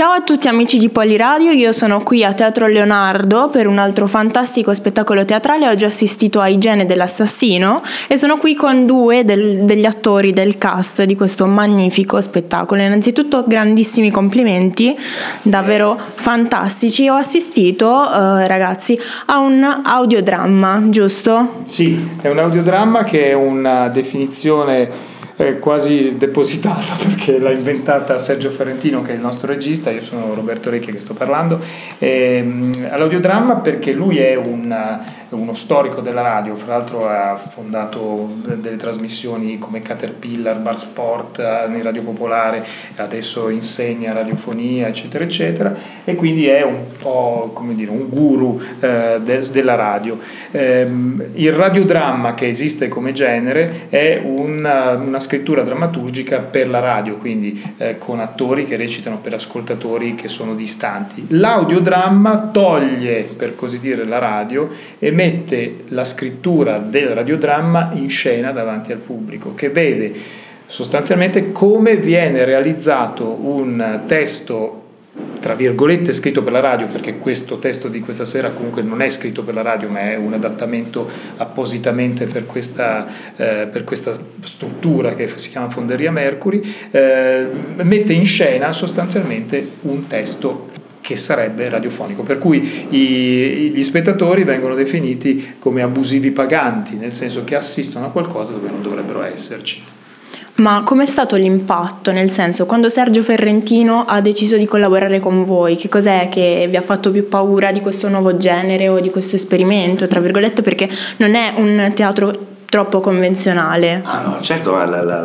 Ciao a tutti amici di Poliradio, io sono qui a Teatro Leonardo per un altro fantastico spettacolo teatrale. Oggi ho assistito a Igiene dell'assassino e sono qui con due degli attori del cast di questo magnifico spettacolo. Innanzitutto grandissimi complimenti, davvero fantastici. Ho assistito, ragazzi, a un audiodramma, giusto? Sì, è un audiodramma che è una definizione quasi depositata, perché l'ha inventata Sergio Ferrentino, che è il nostro regista. Io sono Roberto Recchia che sto parlando. All'audiodramma perché lui è uno storico della radio, fra l'altro ha fondato delle trasmissioni come Caterpillar, Bar Sport in Radio Popolare, adesso insegna radiofonia, eccetera eccetera, e quindi è un po', come dire, un guru della radio. Il radiodramma, che esiste come genere, è una scrittura drammaturgica per la radio, quindi con attori che recitano per ascoltatori che sono distanti. L'audiodramma toglie, per così dire, la radio e mette la scrittura del radiodramma in scena davanti al pubblico, che vede sostanzialmente come viene realizzato un testo, tra virgolette, scritto per la radio, perché questo testo di questa sera comunque non è scritto per la radio, ma è un adattamento appositamente per questa struttura che si chiama Fonderia Mercury. Mette in scena sostanzialmente un testo che sarebbe radiofonico, per cui gli spettatori vengono definiti come abusivi paganti, nel senso che assistono a qualcosa dove non dovrebbero esserci. Ma com'è stato l'impatto? Nel senso, quando Sergio Ferrentino ha deciso di collaborare con voi, che cos'è che vi ha fatto più paura di questo nuovo genere o di questo esperimento, tra virgolette, perché non è un teatro troppo convenzionale? Ah no, certo,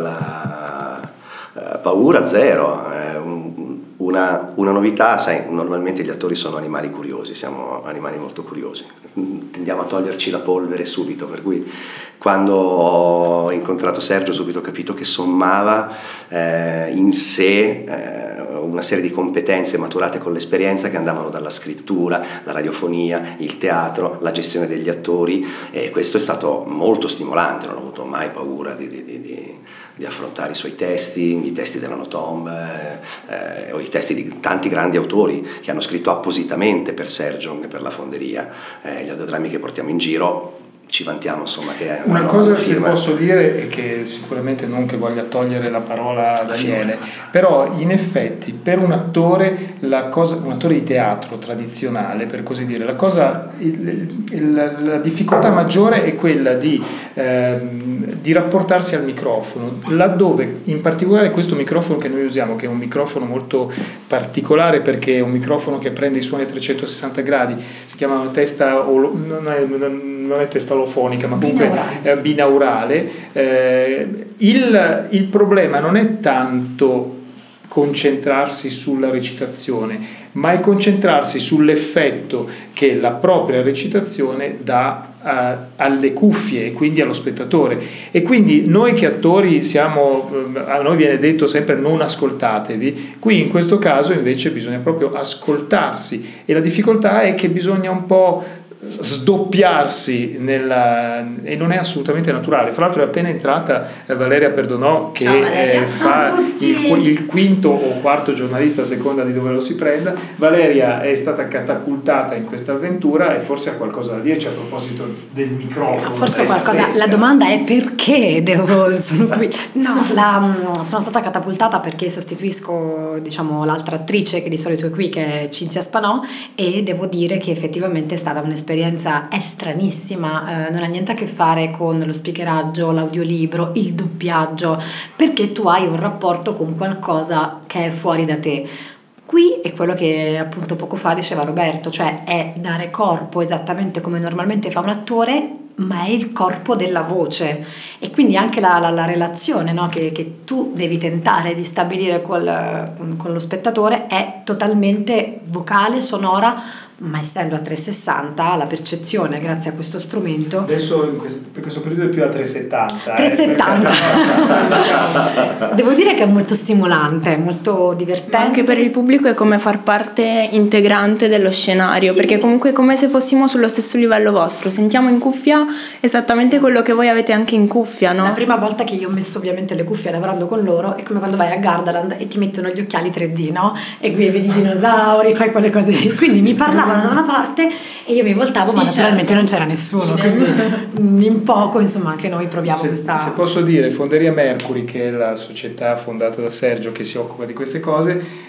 la paura zero. Una novità, sai, normalmente gli attori sono animali curiosi, siamo animali molto curiosi, tendiamo a toglierci la polvere subito, per cui quando ho incontrato Sergio subito ho capito che sommava in sé una serie di competenze maturate con l'esperienza, che andavano dalla scrittura, la radiofonia, il teatro, la gestione degli attori, e questo è stato molto stimolante. Non ho avuto mai paura di affrontare i suoi testi, i testi della Notomb, o i testi di tanti grandi autori che hanno scritto appositamente per Sergio e per la Fonderia. Gli audiodrammi che portiamo in giro, ci vantiamo, insomma, che una cosa che posso dire è che sicuramente, non che voglia togliere la parola a Daniele, però in effetti per un attore un attore di teatro tradizionale, per così dire, la difficoltà maggiore è quella di rapportarsi al microfono, laddove in particolare questo microfono che noi usiamo, che è un microfono molto particolare perché è un microfono che prende i suoni a 360 gradi, si chiama testa, non è testa olofonica, ma comunque binaurale. Il problema non è tanto concentrarsi sulla recitazione, ma è concentrarsi sull'effetto che la propria recitazione dà alle cuffie e quindi allo spettatore. E quindi noi che attori siamo, a noi viene detto sempre non ascoltatevi, qui in questo caso invece bisogna proprio ascoltarsi, e la difficoltà è che bisogna un po' sdoppiarsi e non è assolutamente naturale. Fra l'altro è appena entrata Valeria Perdonò, che fa il quinto o quarto giornalista a seconda di dove lo si prenda. Valeria è stata catapultata in questa avventura e forse ha qualcosa da dirci a proposito del microfono. Forse qualcosa. La domanda è perché sono qui. No, sono stata catapultata perché sostituisco, diciamo, l'altra attrice che di solito è qui, che è Cinzia Spanò, e devo dire che effettivamente è stata un'esperienza estranissima, non ha niente a che fare con lo speakeraggio, l'audiolibro, il doppiaggio, perché tu hai un rapporto con qualcosa che è fuori da te. Qui è quello che appunto poco fa diceva Roberto, cioè è dare corpo esattamente come normalmente fa un attore, ma è il corpo della voce, e quindi anche la relazione, no, che tu devi tentare di stabilire con lo spettatore è totalmente vocale, sonora, ma essendo a 360 la percezione grazie a questo strumento adesso per questo periodo è più a 370 devo dire che è molto stimolante, molto divertente. Ma anche per il pubblico è come far parte integrante dello scenario, perché comunque è come se fossimo sullo stesso livello vostro, sentiamo in cuffia esattamente quello che voi avete anche in cuffia, no? La prima volta che io ho messo ovviamente le cuffie lavorando con loro è come quando vai a Gardaland e ti mettono gli occhiali 3D, no? E qui vedi i dinosauri, fai quelle cose lì, quindi mi parlavano da una parte e io mi voltavo, ma naturalmente non c'era nessuno, quindi in poco insomma anche noi proviamo questa... Se posso dire, Fonderia Mercury, che è la società fondata da Sergio che si occupa di queste cose,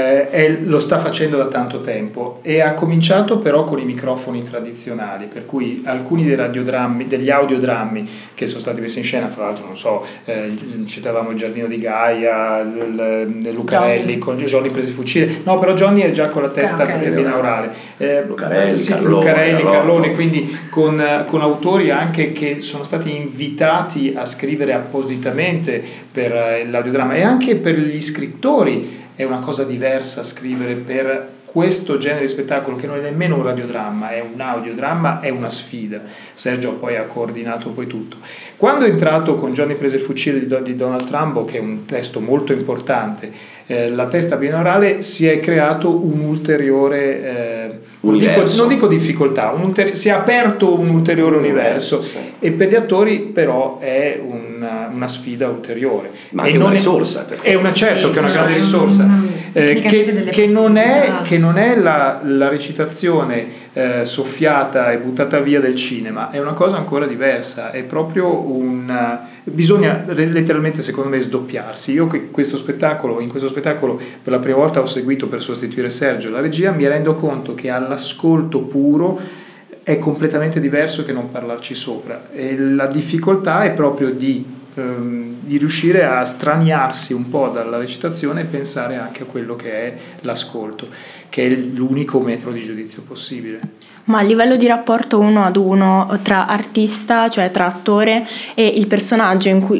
lo sta facendo da tanto tempo e ha cominciato però con i microfoni tradizionali, per cui alcuni degli audiodrammi che sono stati messi in scena, fra l'altro non so, citavamo il Giardino di Gaia, Lucarelli con Johnny Prese Fucile, no però Johnny è già con la testa binaurale, Lucarelli, Carlone, quindi con autori anche che sono stati invitati a scrivere appositamente per l'audiodramma, e anche per gli scrittori è una cosa diversa scrivere per questo genere di spettacolo, che non è nemmeno un radiodramma, è un audiodramma, è una sfida. Sergio poi ha coordinato poi tutto. Quando è entrato con Johnny Prese il fucile di Donald Trumbo, che è un testo molto importante, la testa binaurale, si è creato un ulteriore non dico difficoltà, si è aperto un ulteriore universo, sì. E per gli attori però è una sfida ulteriore, ma anche una risorsa, è una, certo che è una grande risorsa, che non è la recitazione soffiata e buttata via del cinema, è una cosa ancora diversa, è proprio bisogna letteralmente secondo me sdoppiarsi. Io in questo spettacolo per la prima volta ho seguito per sostituire Sergio la regia, mi rendo conto che all'ascolto puro è completamente diverso che non parlarci sopra, e la difficoltà è proprio di riuscire a straniarsi un po' dalla recitazione e pensare anche a quello che è l'ascolto, che è l'unico metro di giudizio possibile. Ma a livello di rapporto uno ad uno tra artista, cioè tra attore e il personaggio in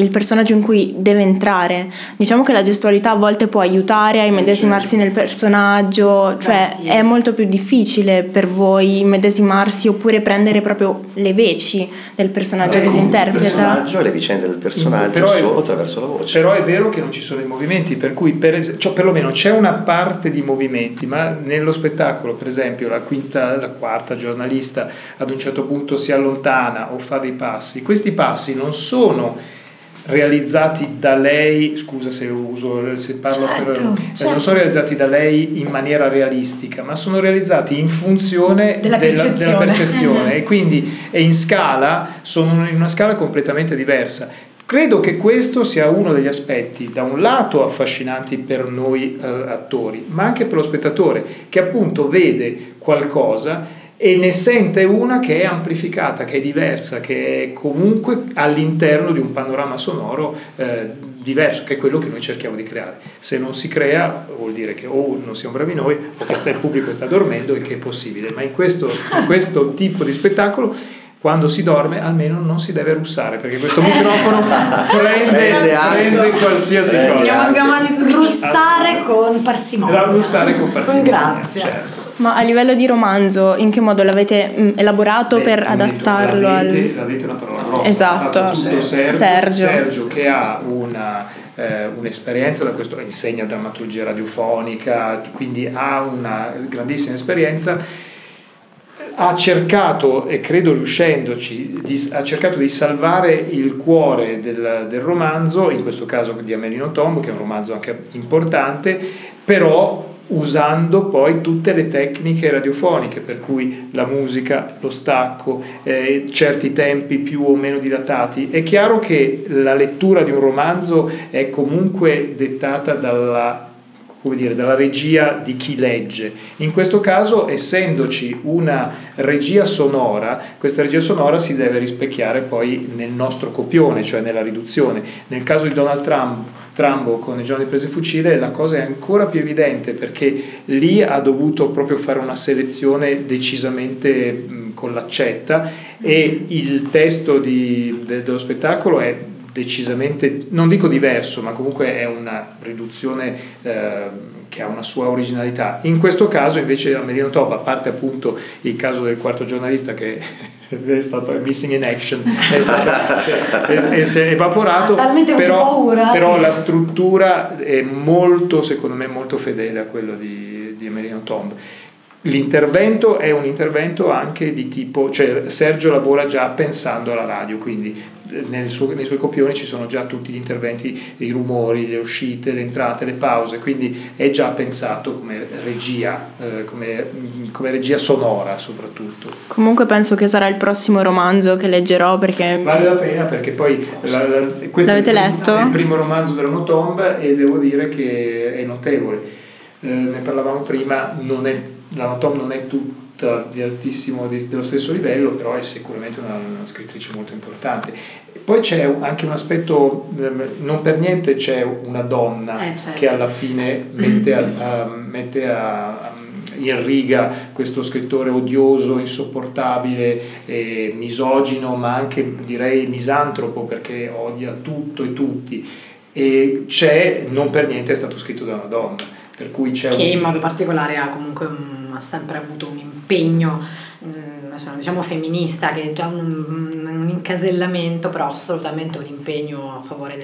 cui deve entrare, diciamo che la gestualità a volte può aiutare a immedesimarsi nel personaggio, cioè sì. È molto più difficile per voi immedesimarsi oppure prendere proprio le veci del personaggio che si interpreta. Il personaggio e le vicende del personaggio solo attraverso la voce. Però è vero che non ci sono i movimenti, per cui perlomeno c'è una parte di movimenti, ma nello spettacolo, per esempio, la quarta giornalista ad un certo punto si allontana o fa dei passi. Questi passi non sono realizzati da lei, scusa se parlo certo. Non sono realizzati da lei in maniera realistica, ma sono realizzati in funzione della percezione e quindi sono in una scala completamente diversa. Credo che questo sia uno degli aspetti, da un lato affascinanti per noi attori, ma anche per lo spettatore, che appunto vede qualcosa e ne sente una che è amplificata, che è diversa, che è comunque all'interno di un panorama sonoro diverso, che è quello che noi cerchiamo di creare. Se non si crea, vuol dire che o non siamo bravi noi o che il pubblico sta dormendo, il che è possibile, ma in questo tipo di spettacolo, quando si dorme almeno non si deve russare, perché questo microfono prende qualsiasi cosa. Russare con parsimonia. Grazie. Certo. Ma a livello di romanzo, in che modo l'avete elaborato per adattarlo l'avete una parola grossa. Esatto. Ha fatto tutto Sergio che ha un'esperienza da questo, insegna drammaturgia radiofonica, quindi ha una grandissima esperienza. Ha cercato, e credo riuscendoci, ha cercato di salvare il cuore del romanzo, in questo caso di Amelino Tom, che è un romanzo anche importante, però usando poi tutte le tecniche radiofoniche, per cui la musica, lo stacco, certi tempi più o meno dilatati. È chiaro che la lettura di un romanzo è comunque dettata dalla regia di chi legge. In questo caso, essendoci una regia sonora, questa regia sonora si deve rispecchiare poi nel nostro copione, cioè nella riduzione. Nel caso di Donald Trumbo con Johnny Prese fucile la cosa è ancora più evidente, perché lì ha dovuto proprio fare una selezione decisamente con l'accetta, e il testo dello spettacolo è decisamente, non dico diverso, ma comunque è una riduzione che ha una sua originalità. In questo caso invece Amerino Tom, a parte appunto il caso del quarto giornalista che è stato missing in action, si è evaporato, però la struttura è molto, secondo me, molto fedele a quello di Amerino Tom. L'intervento è un intervento anche di tipo, cioè Sergio lavora già pensando alla radio, quindi nei suoi copioni ci sono già tutti gli interventi, i rumori, le uscite, le entrate, le pause, quindi è già pensato come regia sonora soprattutto. Comunque penso che sarà il prossimo romanzo che leggerò, perché vale la pena, perché poi questo l'avete letto? È il primo romanzo della Tomb e devo dire che è notevole. Ne parlavamo prima, la Tomb non è tutta di altissimo, dello stesso livello, però è sicuramente una scrittrice molto importante. Poi c'è anche un aspetto, non per niente c'è una donna certo. che alla fine mette in riga questo scrittore odioso, insopportabile, misogino, ma anche direi misantropo, perché odia tutto e tutti, e non per niente è stato scritto da una donna, per cui c'è in modo particolare ha sempre avuto un impegno, diciamo femminista, che è già un incasellamento, però assolutamente un impegno a favore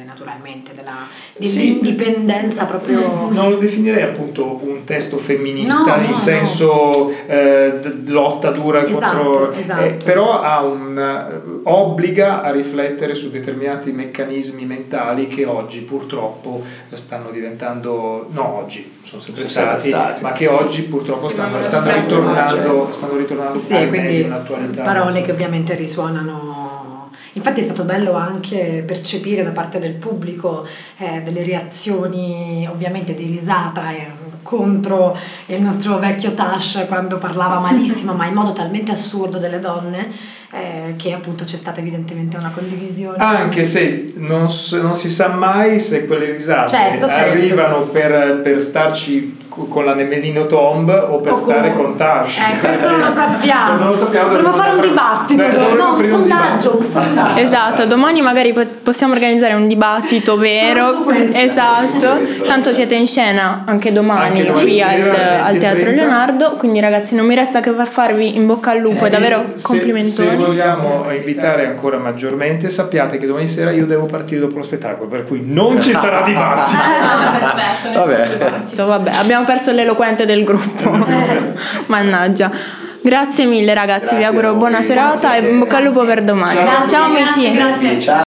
dell'indipendenza proprio. Non lo definirei appunto un testo femminista senso lotta dura contro, però obbliga a riflettere su determinati meccanismi mentali che oggi purtroppo stanno diventando, sono sempre stati, ma che oggi purtroppo stanno ritornando quindi nell'attualità. Parole che ovviamente risuonano. Infatti è stato bello anche percepire da parte del pubblico delle reazioni, ovviamente di risata contro il nostro vecchio Tash quando parlava malissimo ma in modo talmente assurdo delle donne, che appunto c'è stata evidentemente una condivisione, anche se non si sa mai se quelle risate certo. arrivano per starci con la Amerino Tomb o per stare con Tash. Questo non lo sappiamo. Dovremmo fare un dibattito, un sondaggio. Esatto, domani magari possiamo organizzare un dibattito vero. Esatto, tanto siete in scena anche domani qui al Teatro Leonardo, quindi ragazzi non mi resta che farvi in bocca al lupo, è davvero complimentoni. Se vogliamo invitare ancora maggiormente, sappiate che domani sera io devo partire dopo lo spettacolo, per cui non ci sarà dibattito. Perfetto, vabbè, abbiamo perso l'eloquente del gruppo. Mannaggia. Grazie mille ragazzi, vi auguro buona serata e in bocca al lupo per domani. Ciao amici. Grazie.